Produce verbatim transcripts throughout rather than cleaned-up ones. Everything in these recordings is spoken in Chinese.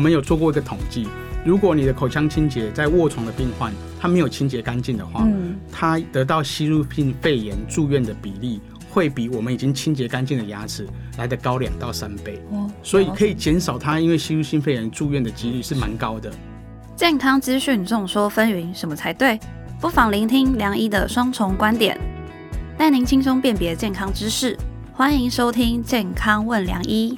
们有做过一个统计，如果你的口腔清洁在卧床的病患他没有清洁干净的话，嗯、他得到吸入性肺炎住院的比例会比我们已经清洁干净的牙齿来得高两到三倍，哦、所以可以减少他因为吸入性肺炎住院的几率是蛮高的。 健康资讯众说纷纭，什么才对？不妨聆听良医的双重观点，带您轻松辨别健康知识。欢迎收听健康问良医。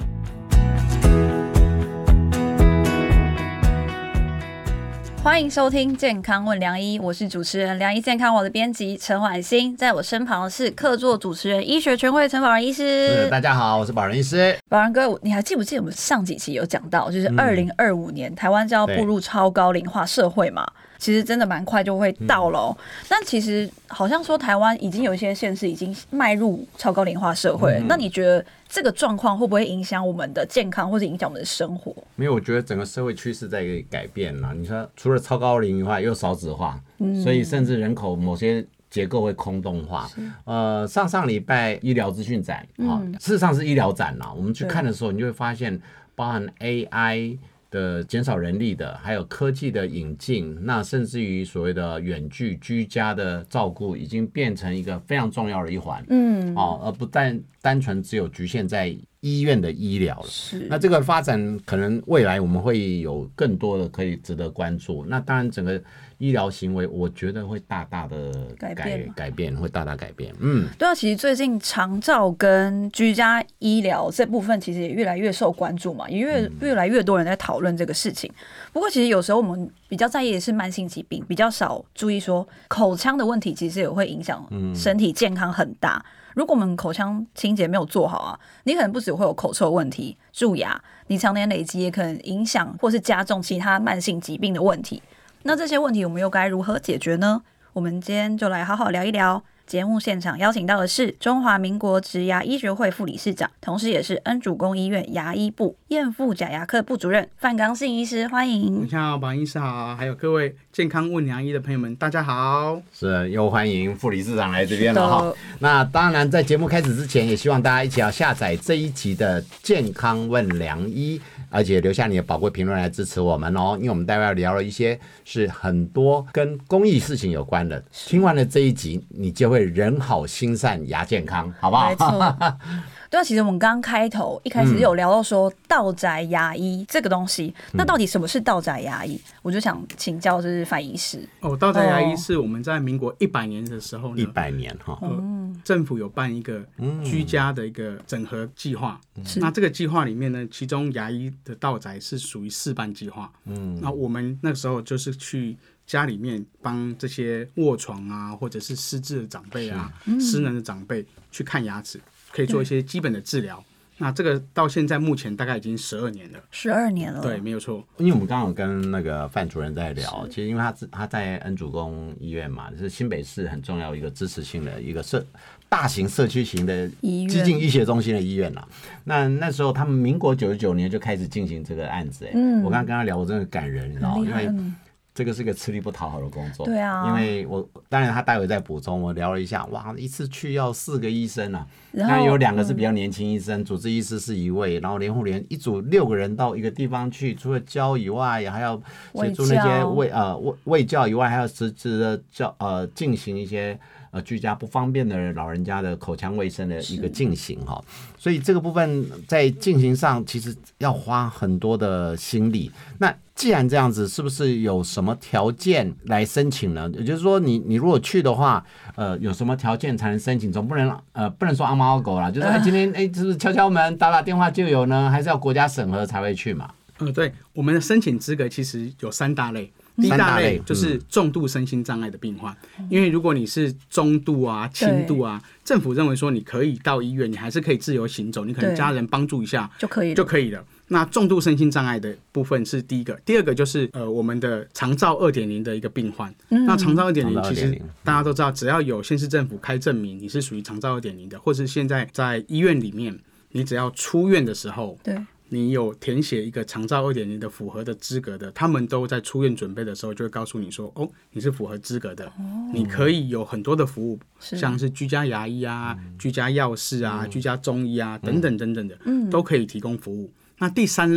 欢迎收听健康问良医，我是主持人良医健康网的编辑陈婉欣，在我身旁是客座主持人医学权威陈保仁医师。 大家好，我是保仁医师。 保仁哥，你还记不记得我们上几期有讲到，就是二零二五年、嗯、台湾就要步入超高龄化社会嘛？其实真的蛮快就会到了、哦嗯、但其实好像说台湾已经有一些县市已经迈入超高龄化社会、嗯、那你觉得这个状况会不会影响我们的健康或者影响我们的生活？ 没有，我觉得整个社会趋势在改变啦。你说除了超高龄化又少子化、嗯、所以甚至人口某些结构会空洞化。呃，上上礼拜医疗资讯展、嗯、事实上是医疗展啦，我们去看的时候你就会发现包含 A I的减少人力的，还有科技的引进，那甚至于所谓的远距居家的照顾，已经变成一个非常重要的一环，嗯，哦，而不但单纯只有局限在医院的医疗了。是，那这个发展可能未来我们会有更多的可以值得关注。那当然，整个医疗行为，我觉得会大大的改变，改变会大大改变。嗯， 对啊，其实最近长照跟居家医疗这部分，其实也越来越受关注嘛，也越、嗯、越来越多人在讨论这个事情。不过，其实有时候我们比较在意的是慢性疾病，比较少注意说口腔的问题，其实也会影响身体健康很大。嗯，如果我们口腔清洁没有做好啊，你可能不只会有口臭问题、蛀牙，你常年累积也可能影响或是加重其他慢性疾病的问题。那这些问题我们又该如何解决呢？我们今天就来好好聊一聊。节目现场邀请到的是中华民国植牙医学会副理事长，同时也是恩主公医院牙医部燕妇假牙科部主任范刚信医师，欢迎。 你好，保医师好，还有各位健康问良医的朋友们，大家好。 是，又欢迎副理事长来这边了哈。那当然，在节目开始之前，也希望大家一起要下载这一集的健康问良医，而且留下你的宝贵评论来支持我们哦。因为我们待会要聊了一些是很多跟公益事情有关的，听完了这一集，你就会人好心善牙健康，好不好？ 没错。对啊，其实我们刚刚开头一开始有聊到说到宅牙医这个东西、嗯、那到底什么是到宅牙医？我就想请教就是范医师。 哦，到宅牙医是我们在民国一百年的时候呢， 一百年哈、呃嗯，政府有办一个居家的一个整合计划、嗯。那这个计划里面呢，其中牙医的到宅是属于试办计划。嗯，那我们那时候就是去家里面帮这些卧床啊，或者是失智的长辈啊、失能的长辈去看牙齿。可以做一些基本的治疗，那这个到现在目前大概已经十二年了， 十二年了， 对，没有错。 因为我们刚刚有跟那个范主任在聊，其实因为他他在恩主公医院嘛，是新北市很重要一个支持性的一个社大型社区型的基进医学中心的医院啦。那那时候他们民国九十九年就开始进行这个案子、欸，嗯，我刚刚跟他聊，我真的感人，你知道吗？因为这个是个吃力不讨好的工作， 对啊， 因为我当然他待会再补充，我聊了一下，哇，一次去要四个医生啊，那有两个是比较年轻医生，嗯、主治医师是一位，然后连护连一组六个人到一个地方去，除了教以外，还要协助那些卫呃卫教以外，还要实质的教呃进行一些呃居家不方便的老人家的口腔卫生的一个进行哈，所以这个部分在进行上其实要花很多的心力。那既然这样子，是不是有什么条件来申请呢？也就是说你，你如果去的话，呃，有什么条件才能申请？总不能呃，不能说阿猫阿狗啦，就是、欸、今天哎，是不是敲敲门、打打电话就有呢？还是要国家审核才会去嘛？ 嗯，对，我们的申请资格其实有三大类。第一大类就是重度身心障碍的病患、嗯、因为如果你是中度啊、轻度啊，政府认为说你可以到医院，你还是可以自由行走，你可能家人帮助一下就可以了，就可以了。那重度身心障碍的部分是第一个，第二个就是呃我们的长照 二点零 的一个病患、嗯、那长照 二点零 其实大家都知道，只要有县市政府开证明你是属于长照 二点零 的，或是现在在医院里面你只要出院的时候，对，你有填写一个长照 二点零 的符合的资格的，他们都在出院准备的时候就会告诉你说，哦，你是符合资格的、哦、你可以有很多的服务，是像是居家牙医啊、嗯、居家药师啊、嗯、居家中医啊等等等等的、嗯、都可以提供服务。那第三类的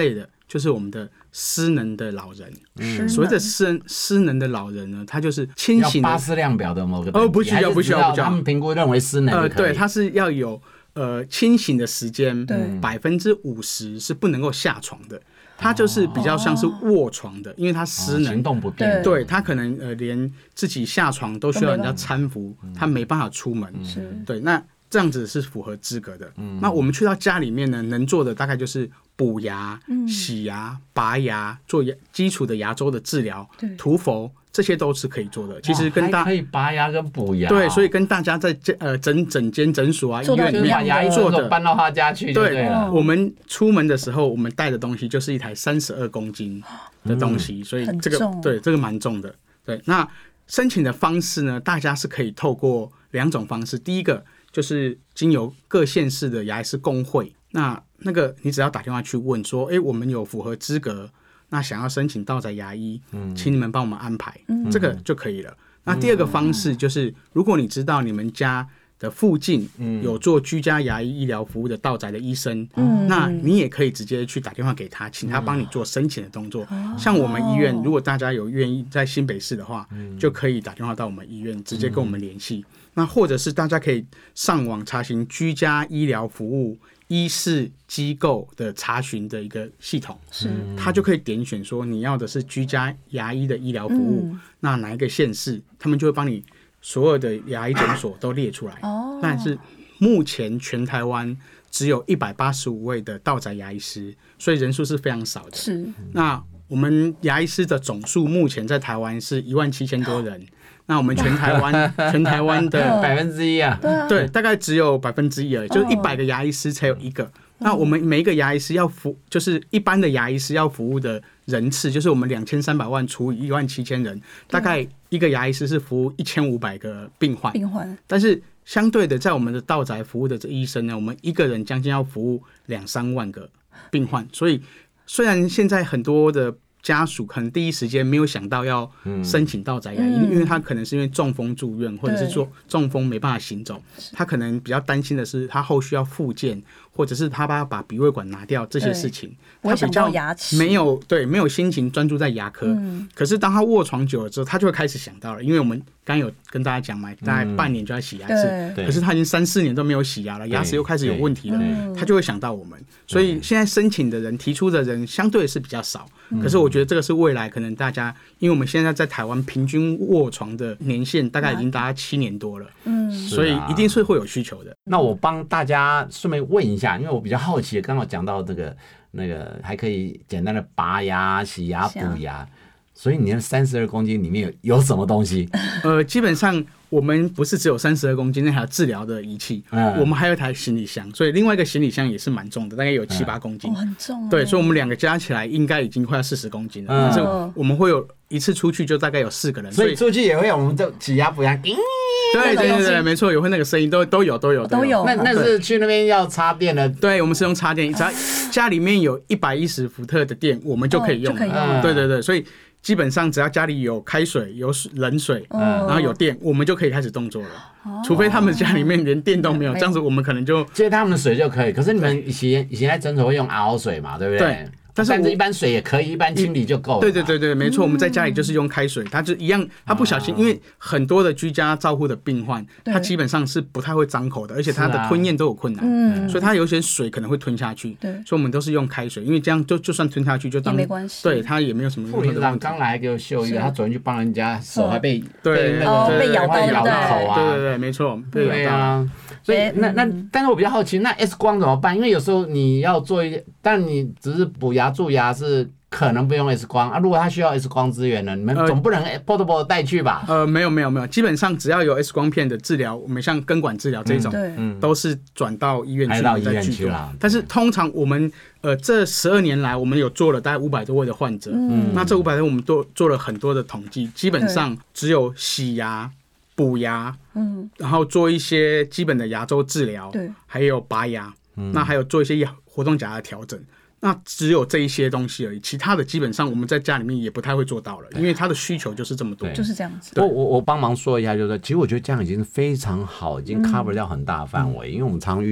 就是我们的失能的老人。 嗯， 所谓的失失能的老人呢，他就是清醒的。 要巴氏量表的某个等级。 哦，不需要，不需要，不需要。 他们评估认为失能。 呃，对，他是要有呃清醒的时间，百分之五十是不能够下床的。他就是比较像是卧床的，因为他失能， 行动不便， 对他可能呃连自己下床都需要人家搀扶，他没办法出门。对，那这样子是符合资格的。那我们去到家里面呢，能做的大概就是补牙、洗牙、拔牙，做基础的牙周的治疗、涂氟。这些都是可以做的，其实跟大可以拔牙跟补牙， 对，所以跟大家在呃整整间诊所啊、医院里面把牙医做的搬到他家去就对了。 我们出门的时候，我们带的东西就是一台三十二公斤的东西，所以这个对这个蛮重的。对，那申请的方式呢，大家是可以透过两种方式，第一个就是经由各县市的牙医师公会，那那个你只要打电话去问说，哎，我们有符合资格。那想要申请到宅牙医，请你们帮我们安排，这个就可以了。那第二个方式就是，如果你知道你们家的附近有做居家牙医医疗服务的到宅的医生，那你也可以直接去打电话给他，请他帮你做申请的动作。像我们医院，如果大家有愿意在新北市的话，就可以打电话到我们医院，直接跟我们联系。那或者是大家可以上网查询居家医疗服务医事机构的查询的一个系统，是它就可以点选说你要的是居家牙医的医疗服务，嗯、那哪一个县市，他们就会帮你所有的牙医诊所都列出来。哦，但是目前全台湾只有一百八十五位的到宅牙医师，所以人数是非常少的。是，那我们牙医师的总数目前在台湾是一万七千多人。那我们全台湾全台湾的百分之一啊， 对，大概只有百分之一而已，就是一百个牙医师才有一个。那我们每一个牙医师要服，就是一般的牙医师要服务的人次，就是我们两千三百万除以一万七千人，大概一个牙医师是服务一千五百个病患。病患，但是相对的，在我们的到宅服务的这医生呢，我们一个人将近要服务两三万个病患。所以虽然现在很多的家属可能第一时间没有想到要申请到宅牙医，嗯、因为他可能是因为中风住院，或者是说中风没办法行走，他可能比较担心的是他后续要复健，或者是他把把鼻胃管拿掉这些事情，他比较没有对没有心情专注在牙科。嗯、可是当他卧床久了之后，他就会开始想到了，因为我们刚有跟大家讲嘛，大概半年就要洗牙一次，嗯、可是他已经三四年都没有洗牙了，牙齿又开始有问题了，他就会想到我们。所以现在申请的人提出的人相对是比较少，可是我觉得这个是未来可能大家，因为我们现在在台湾平均卧床的年限大概已经达到七年多了，嗯，所以一定是会有需求的。 那我帮大家顺便问一下，因为我比较好奇，刚好讲到这个那个还可以简单的拔牙、洗牙、补牙，所以你的三十二公斤里面有有什么东西？ 呃，基本上我们不是只有三十二公斤，那还有治疗的仪器，嗯、我们还有一台行李箱，所以另外一个行李箱也是蛮重的，大概有七八公斤， 嗯哦，很重， 对，所以我们两个加起来应该已经快要四十公斤了。但是我们会有一次出去就大概有四个人， 所以出去也会有我们这洗牙补牙，对对对对，没错，也会那个声音，都都有都有都有。 那那是去那边要插电的， 对，我们是用插电，只要家里面有一百一十伏特的电，我们就可以用了。哦、对对对，所以基本上只要家里有开水、有冷水，嗯、然后有电，我们就可以开始动作了。哦、除非他们家里面连电都没有，这样子我们可能就接他们的水就可以。可是你们以前以前在诊所会用 R O 水嘛，对不对？对。但是, 但是一般水也可以，一般清理就够了。 对对对对，没错，我们在家里就是用开水，它就一样，它不小心，因为很多的居家照护的病患，他基本上是不太会张口的，而且他的吞咽都有困难，啊、所以他有些水可能会吞下去。对，所以我们都是用开水，因为这样就就算吞下去就当没关系， 对他也没有什么任何的问题。 副理事长刚来给我秀一个，他昨天去帮人家手还被对那个被咬到咬口啊， 对对对，没错，被咬到。 所以那那，但是我比较好奇，那 X 光怎么办？因为有时候你要做一，但你只是补牙蛀牙是可能不用 X 光啊。如果他需要 X 光资源呢，你们总不能 portable 带去吧？ 呃，没有没有没有，基本上只要有 X 光片的治疗，我们像根管治疗这种，嗯、都是转到医院去到医院去了。 但是通常我们呃这十二年来，我们有做了大概五百多位的患者，嗯、那这五百多我们都做了很多的统计，基本上只有洗牙、补牙，嗯，然后做一些基本的牙周治疗，对，还有拔牙，嗯、那还有做一些活动假牙的调整，那只有这一些东西而已，其他的基本上我们在家里面也不太会做到了，因为它的需求就是这么多， 就是这样子。 我我我帮忙说一下，就是其实我觉得这样已经非常好，已经 cover 掉很大的范围，嗯、因为我们常遇到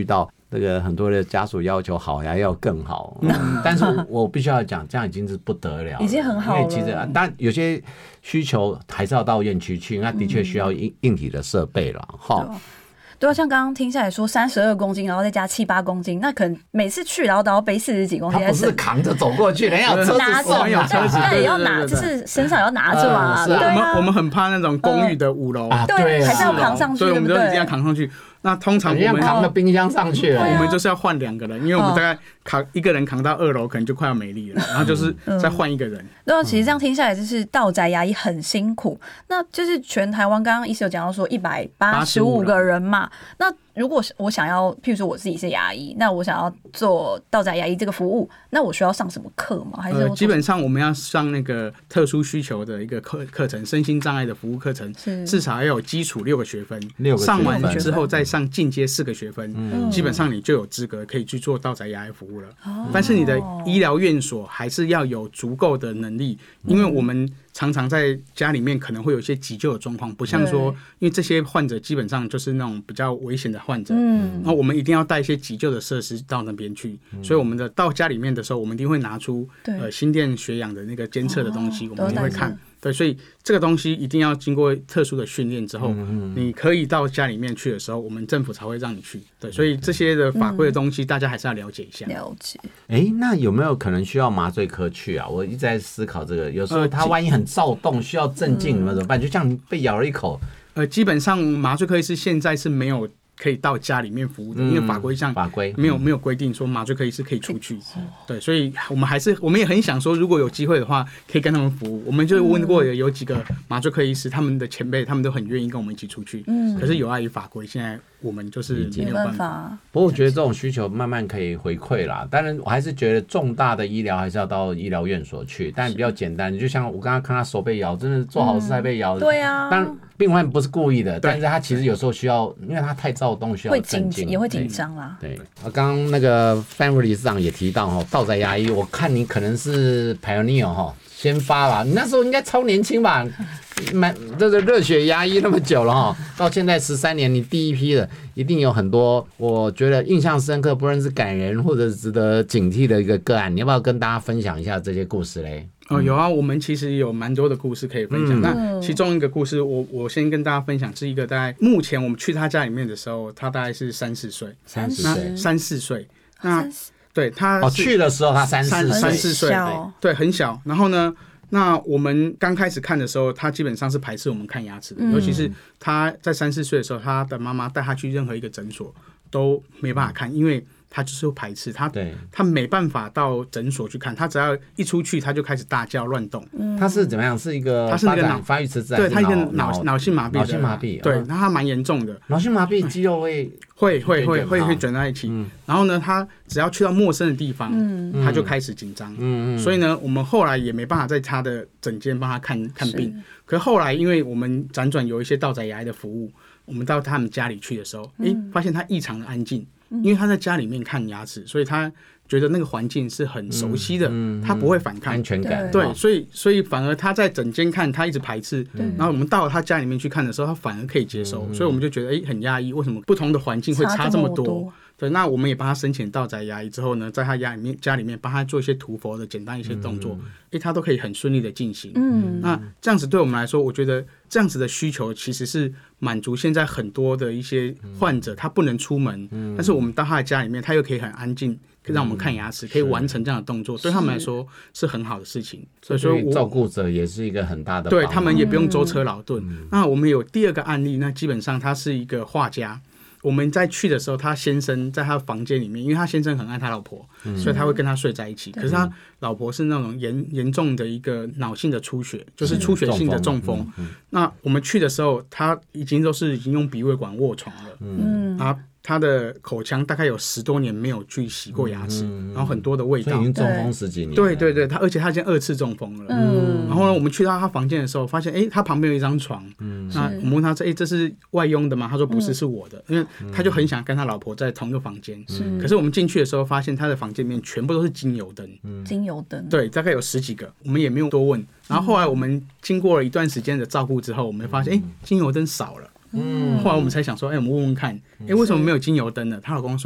这个很多的家属要求好还要更好，嗯、但是我必须要讲，这样已经是不得了了， 已经很好了。 因为其实，但有些需求还是要到院区去，那的确需要硬硬体的设备了，哈、嗯。 对啊，像刚刚听下来说三十二公斤，然后再加七八公斤，那可能每次去然后都要背四十几公斤。 他不是扛着走过去，人家有车子拿着， 有车子， 但也要拿，就是身上要拿着嘛。 对，我们我们很怕那种公寓的五楼， 对，还是要扛上去， 所以我们就一定要扛上去。那通常我们扛着冰箱上去了， 我们就是要换两个人，因为我们大概扛一个人扛到二楼，可能就快要没力了，然后就是再换一个人。 那其实这样听下来，就是到宅牙医很辛苦。那就是全台湾，刚刚医师有讲到说一百八十五个人嘛，那。如果我想要，譬如说我自己是牙医，那我想要做到宅牙医这个服务，那我需要上什么课吗？还是、呃、 基本上我们要上那个特殊需求的一个课课程，身心障碍的服务课程，至少要有基础六个学分， 六个学分上完之后再上进阶四个学分，嗯、基本上你就有资格可以去做到宅牙医服务了。哦、但是你的医疗院所还是要有足够的能力，因为我们常常在家里面可能会有一些急救的状况，不像说，因为这些患者基本上就是那种比较危险的患者，嗯，然后我们一定要带一些急救的设施到那边去，嗯、所以我们的到家里面的时候，我们一定会拿出呃心电血氧的那个监测的东西，哦、我们一定会看。对，所以这个东西一定要经过特殊的训练之后，嗯、你可以到家里面去的时候，我们政府才会让你去。对，所以这些的法规的东西，大家还是要了解一下。 嗯、了解。 哎，那有没有可能需要麻醉科去啊？我一直在思考这个。有时候他万一很躁动，需要镇静，怎么办？就像被咬了一口。 呃，基本上麻醉科医师现在是没有可以到家里面服务的，嗯、因为法规上法规没有没有规定说麻醉科医师可以出去。嗯、对，所以我们还是我们也很想说，如果有机会的话，可以跟他们服务。我们就问过有几个麻醉科医师，他们的前辈他们都很愿意跟我们一起出去。嗯，可是有碍于法规，现在我们就是没有办法。 不过我觉得这种需求慢慢可以回馈啦。当然，我还是觉得重大的医疗还是要到医疗院所去，但比较简单，就像我刚刚看他手被咬，真的做好事还被咬。 嗯、对啊。 当然，病患不是故意的，但是他其实有时候需要，因为他太躁动，需要镇静， 也会紧张啦。 对，我刚刚那个范副理事长也提到哈，到宅牙医，我看你可能是 pioneer 哈，先发吧。你那时候应该超年轻吧？蛮这个热血牙医那么久了哈，到现在十三年，你第一批的一定有很多，我觉得印象深刻，不论是感人或者值得警惕的一个个案，你要不要跟大家分享一下这些故事嘞？ 哦，有啊，我们其实有蛮多的故事可以分享。嗯、那其中一个故事我，我我先跟大家分享，是一个大概目前我们去他家里面的时候，他大概是三四岁， 三四岁， 三四岁。那对他哦去的时候他三四岁， 三四岁，对，很小。然后呢？那我们刚开始看的时候，他基本上是排斥我们看牙齿的，嗯、尤其是他在三四岁的时候，他的妈妈带他去任何一个诊所都没办法看，因为他就是会排斥他，他没办法到诊所去看，他只要一出去他就开始大叫乱动。 嗯、他是怎么样？是一个他是那个脑发育迟滞， 对他一个脑脑性麻痹， 脑性麻痹， 对，那他蛮严重的。 脑性麻痹肌肉会会会会会会卷在一起，嗯、然后呢，他只要去到陌生的地方，嗯、他就开始紧张。嗯嗯，所以呢，我们后来也没办法在他的诊间帮他看看病。可是后来，因为我们辗转有一些到宅牙医的服务，我们到他们家里去的时候，哎、嗯，发现他异常的安静。因为他在家里面看牙齿，所以他觉得那个环境是很熟悉的，嗯嗯、他不会反抗， 安全感。 对，所以所以反而他在诊间看，他一直排斥，然后我们到了他家里面去看的时候，他反而可以接受，嗯、所以我们就觉得哎、欸、很压抑，为什么不同的环境会差这么多？多对，那我们也帮他申请到宅牙医之后呢，在他家里面家里面帮他做一些涂氟的简单一些动作，哎、嗯欸，他都可以很顺利的进行。嗯，那这样子对我们来说，我觉得这样子的需求其实是满足现在很多的一些患者，他不能出门，嗯、但是我们到他的家里面，他又可以很安静，可以让我们看牙齿，嗯、可以完成这样的动作，对他们来说是很好的事情。所以说， 照顾者也是一个很大的帮对他们也不用舟车劳顿。嗯、那我们有第二个案例，那基本上他是一个画家。我们在去的时候，他先生在他的房间里面，因为他先生很爱他老婆，嗯、所以他会跟他睡在一起。可是他老婆是那种严严重的一个脑性的出血，就是出血性的中风。嗯嗯、那我们去的时候，他已经都是已经用鼻胃管卧床了，嗯，然后他的口腔大概有十多年没有去洗过牙齿，嗯、然后很多的味道， 已经中风十几年了。 对对对，他而且他已经二次中风了。嗯，然后呢，我们去到他房间的时候，发现哎，他旁边有一张床。嗯，那我们问他说，哎，这是外佣的吗？他说不是，是我的，因为他就很想跟他老婆在同一个房间。嗯，可是我们进去的时候，发现他的房间里面全部都是精油灯。 嗯，精油灯。 对，大概有十几个，我们也没有多问。然后后来我们经过了一段时间的照顾之后，我们发现哎，精油灯少了。嗯，后来我们才想说，哎、欸，我们问问看，哎、欸，为什么没有精油灯呢？她老公说，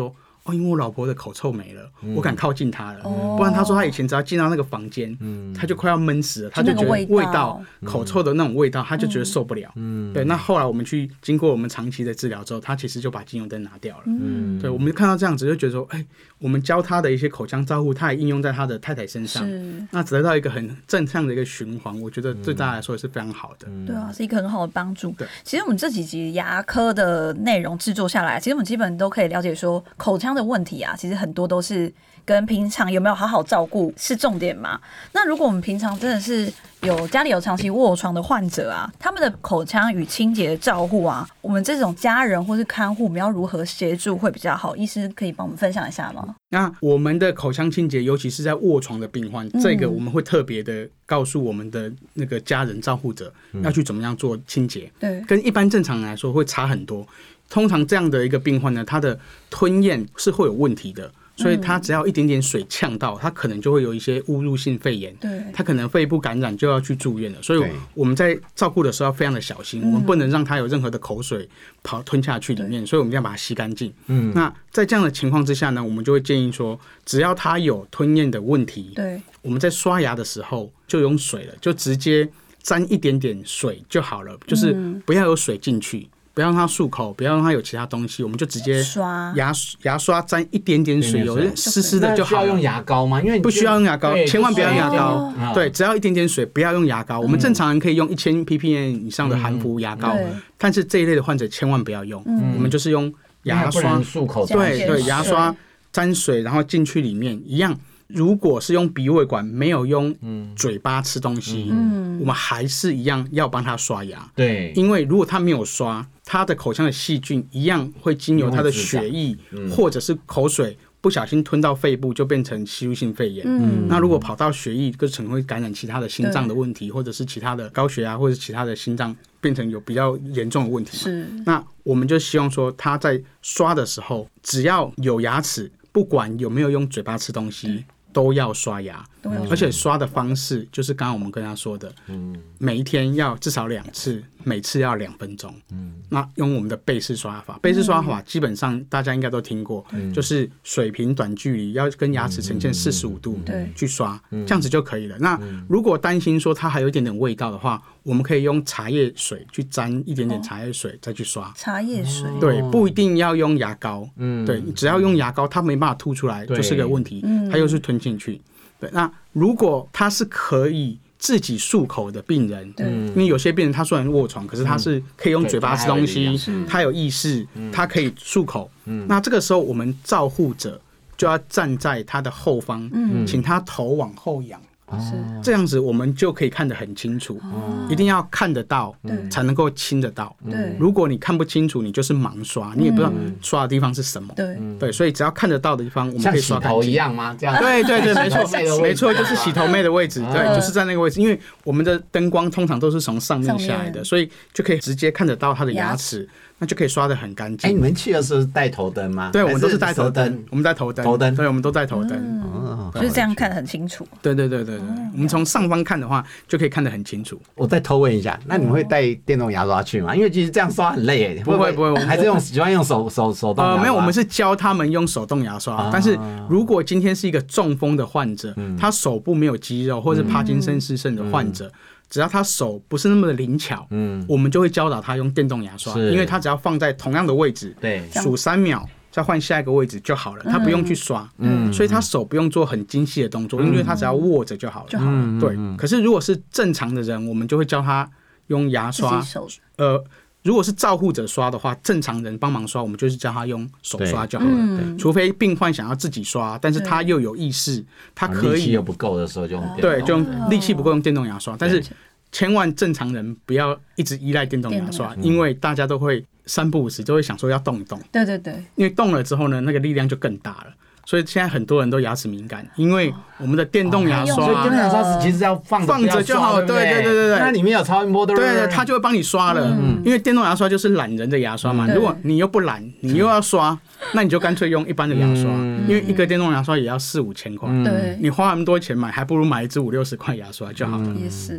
哦，因为我老婆的口臭没了，嗯、我敢靠近她了。哦、不然他说他以前只要进到那个房间，嗯、他就快要闷死了，他就觉得味道、嗯、口臭的那种味道，他就觉得受不了。嗯，对。那后来我们去经过我们长期的治疗之后，他其实就把精油灯拿掉了。嗯，对。我们看到这样子就觉得说，哎、欸，我们教他的一些口腔照护，他也应用在他的太太身上，那得到一个很正向的一个循环，我觉得对大家来说也是非常好的。 嗯、对啊，是一个很好的帮助。对，其实我们这几集牙科的内容制作下来，其实我们基本都可以了解说，口腔的问题啊，其实很多都是跟平常有没有好好照顾是重点嘛。那如果我们平常真的是有家里有长期卧床的患者啊，他们的口腔与清洁的照护啊，我们这种家人或是看护，我们要如何协助会比较好？医师可以帮我们分享一下吗？ 那我们的口腔清洁，尤其是在卧床的病患，嗯、这个我们会特别的告诉我们的那个家人照护者、嗯、要去怎么样做清洁。对，跟一般正常人来说会差很多。通常这样的一个病患呢，他的吞咽是会有问题的。所以他只要一点点水呛到，他可能就会有一些误入性肺炎，他可能肺部感染就要去住院了。所以我们在照顾的时候要非常的小心，我们不能让他有任何的口水跑吞下去里面，所以我们一定要把它吸干净。嗯，那在这样的情况之下呢，我们就会建议说，只要他有吞咽的问题，对，我们在刷牙的时候就用水了，就直接沾一点点水就好了，就是不要有水进去。不要让它漱口，不要让它有其他东西，我们就直接刷牙牙刷沾一点点水，有湿湿的就好了。 需要用牙膏吗？因为不需要用牙膏，千万不要用牙膏。对，只要一点点水，不要用牙膏。我们正常人可以用一千 P P M 以上的含氟牙膏，但是这一类的患者千万不要用。我们就是用牙刷漱口，对对，牙刷沾水，然后进去里面一样。如果是用鼻胃管，没有用嘴巴吃东西，嗯、我们还是一样要帮他刷牙。对，因为如果他没有刷，他的口腔的细菌一样会经由他的血液、嗯、或者是口水不小心吞到肺部，就变成吸入性肺炎。嗯、那如果跑到血液，就可能会感染其他的心脏的问题，或者是其他的高血压，或者是其他的心脏变成有比较严重的问题。是，那我们就希望说，他在刷的时候，只要有牙齿，不管有没有用嘴巴吃东西。都要刷牙，而且刷的方式就是刚刚我们跟他说的，嗯、每一天要至少两次，每次要两分钟。嗯、那用我们的背式刷法，背式刷法基本上大家应该都听过，嗯、就是水平短距离要跟牙齿呈现四十五度去刷，嗯、这样子就可以了。那如果担心说它还有一点点味道的话，我们可以用茶叶水去沾一点点茶叶水再去刷。 茶叶水， 对，不一定要用牙膏，嗯、对，只要用牙膏，它没办法吐出来就是个问题，它又是吞进去。对，那如果他是可以自己漱口的病人，因为有些病人他虽然卧床，可是他是可以用嘴巴吃东西，他有意识，他可以漱口。那这个时候我们照护者就要站在他的后方，请他头往后仰。这样子我们就可以看得很清楚，哦、一定要看得到才能够亲得到。如果你看不清楚，你就是盲刷，你也不知道刷的地方是什么。对，对，所以只要看得到的地方，我们可以刷干净。 像洗头一样吗？这样？ 对对对，没错，没错，就是洗头妹的位置，对，就是在那个位置。因为我们的灯光通常都是从上面下来的，所以就可以直接看得到他的牙齿。那就可以刷得很干净。 哎，你们去的时候是带头灯吗？ 对，我们都是带头灯，我们带头灯，头灯，对，我们都带头灯， 嗯，就是这样看得很清楚。 对对对对对，我们从上方看的话，就可以看得很清楚。 我再偷问一下，那你们会带电动牙刷去吗？因为其实这样刷很累哎。 不会不会， 还是用喜欢用手手手动牙刷。 呃，没有，我们是教他们用手动牙刷。但是如果今天是一个中风的患者，他手部没有肌肉，或是帕金森氏症的患者。只要他手不是那么的灵巧，嗯，我们就会教导他用电动牙刷，因为他只要放在同样的位置，对，数三秒再换下一个位置就好了，他不用去刷，嗯，所以他手不用做很精细的动作，因为他只要握着就好了，就好了，对。可是如果是正常的人，我们就会教他用牙刷，呃。如果是照护者刷的话，正常人帮忙刷，我们就是叫他用手刷就好了。嗯、除非病患想要自己刷，但是他又有意识，他可以、啊、 力气又不够的时候就用电动。 对，就用力气不够用电动牙刷。但是千万正常人不要一直依赖电动牙刷，因为大家都会三不五时都会想说要动一动。 对对对， 因为动了之后呢，那个力量就更大了。所以现在很多人都牙齿敏感，因为我们的电动牙刷， 所以电动牙刷其实要放放着就好，对对对对对， 它里面有超音波，对不对？ 对，它就会帮你刷了。嗯，因为电动牙刷就是懒人的牙刷嘛，如果你又不懒，你又要刷，那你就干脆用一般的牙刷，因为一个电动牙刷也要四五千块，对，你花那么多钱买，还不如买一支五六十块牙刷就好了。也是，对。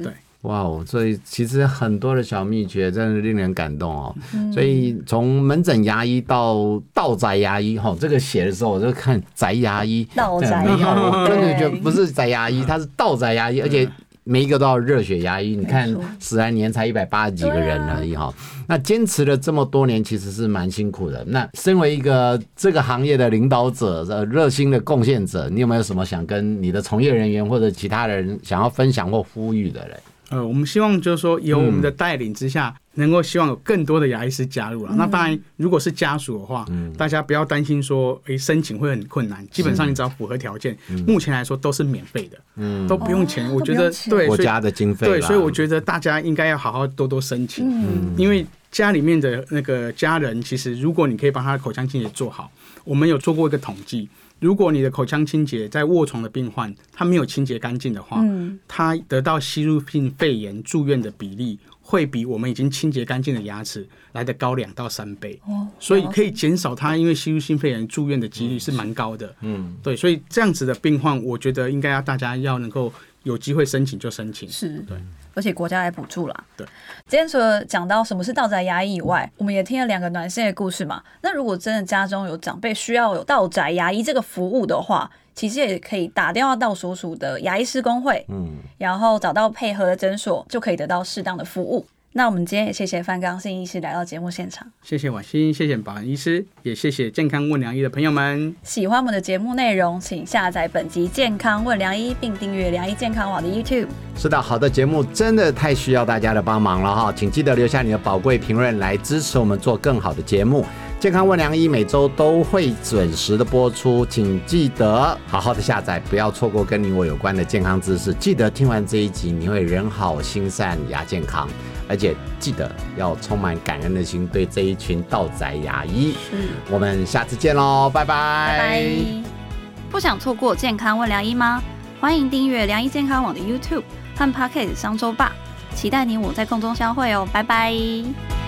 哇哦，所以其实很多的小秘诀真的令人感动哦。嗯、所以从门诊牙医到到宅牙医，哈，这个写的时候我就看宅牙医， 到宅牙医， 我真的觉得不是宅牙医，它是到宅牙医，而且每一个都要热血牙医。你看十来年才一百八十几个人而已哈、啊，那坚持了这么多年，其实是蛮辛苦的。那身为一个这个行业的领导者、呃热心的贡献者，你有没有什么想跟你的从业人员或者其他人想要分享或呼吁的嘞？ 呃，我们希望就是说，有我们的带领之下，嗯、能够希望有更多的牙医师加入了。嗯、那当然，如果是家属的话，嗯、大家不要担心说，哎、欸，申请会很困难。基本上你只要符合条件，嗯、目前来说都是免费的，嗯、都不用钱。哦、我觉得对国家的经费， 对，所以我觉得大家应该要好好多多申请，嗯、因为家里面的那个家人，其实如果你可以帮他的口腔清洁做好，我们有做过一个统计。如果你的口腔清洁在卧床的病患，他没有清洁干净的话，嗯、他得到吸入性肺炎住院的比例会比我们已经清洁干净的牙齿来得高两到三倍，哦、所以可以减少他因为吸入性肺炎住院的几率是蛮高的。嗯，对，所以这样子的病患，我觉得应该要大家要能够有机会申请就申请， 是， 对。 而且国家来补助啦。 对， 今天除了讲到什么是到宅牙医以外，我们也听了两个暖心的故事嘛。那如果真的家中有长辈需要有到宅牙医这个服务的话，其实也可以打电话到所属的牙医师公会，嗯，然后找到配合的诊所，就可以得到适当的服务。那我们今天也谢谢范刚信医师来到节目现场， 谢谢婉欣，谢谢保安医师，也谢谢健康问良医的朋友们。 喜欢我们的节目内容，请下载本集健康问良医，并订阅良医健康网的 YouTube。 是的，好的节目真的太需要大家的帮忙了哈，请记得留下你的宝贵评论来支持我们做更好的节目。健康问良医每周都会准时的播出，请记得好好的下载，不要错过跟你我有关的健康知识。记得听完这一集，你会人好心善牙健康，而且记得要充满感恩的心对这一群到宅牙医。我们下次见喽，拜拜。 拜拜。不想错过健康问良医吗？欢迎订阅良医健康网的 YouTube 和 Podcast 商周吧，期待你我在空中相会哦，拜拜。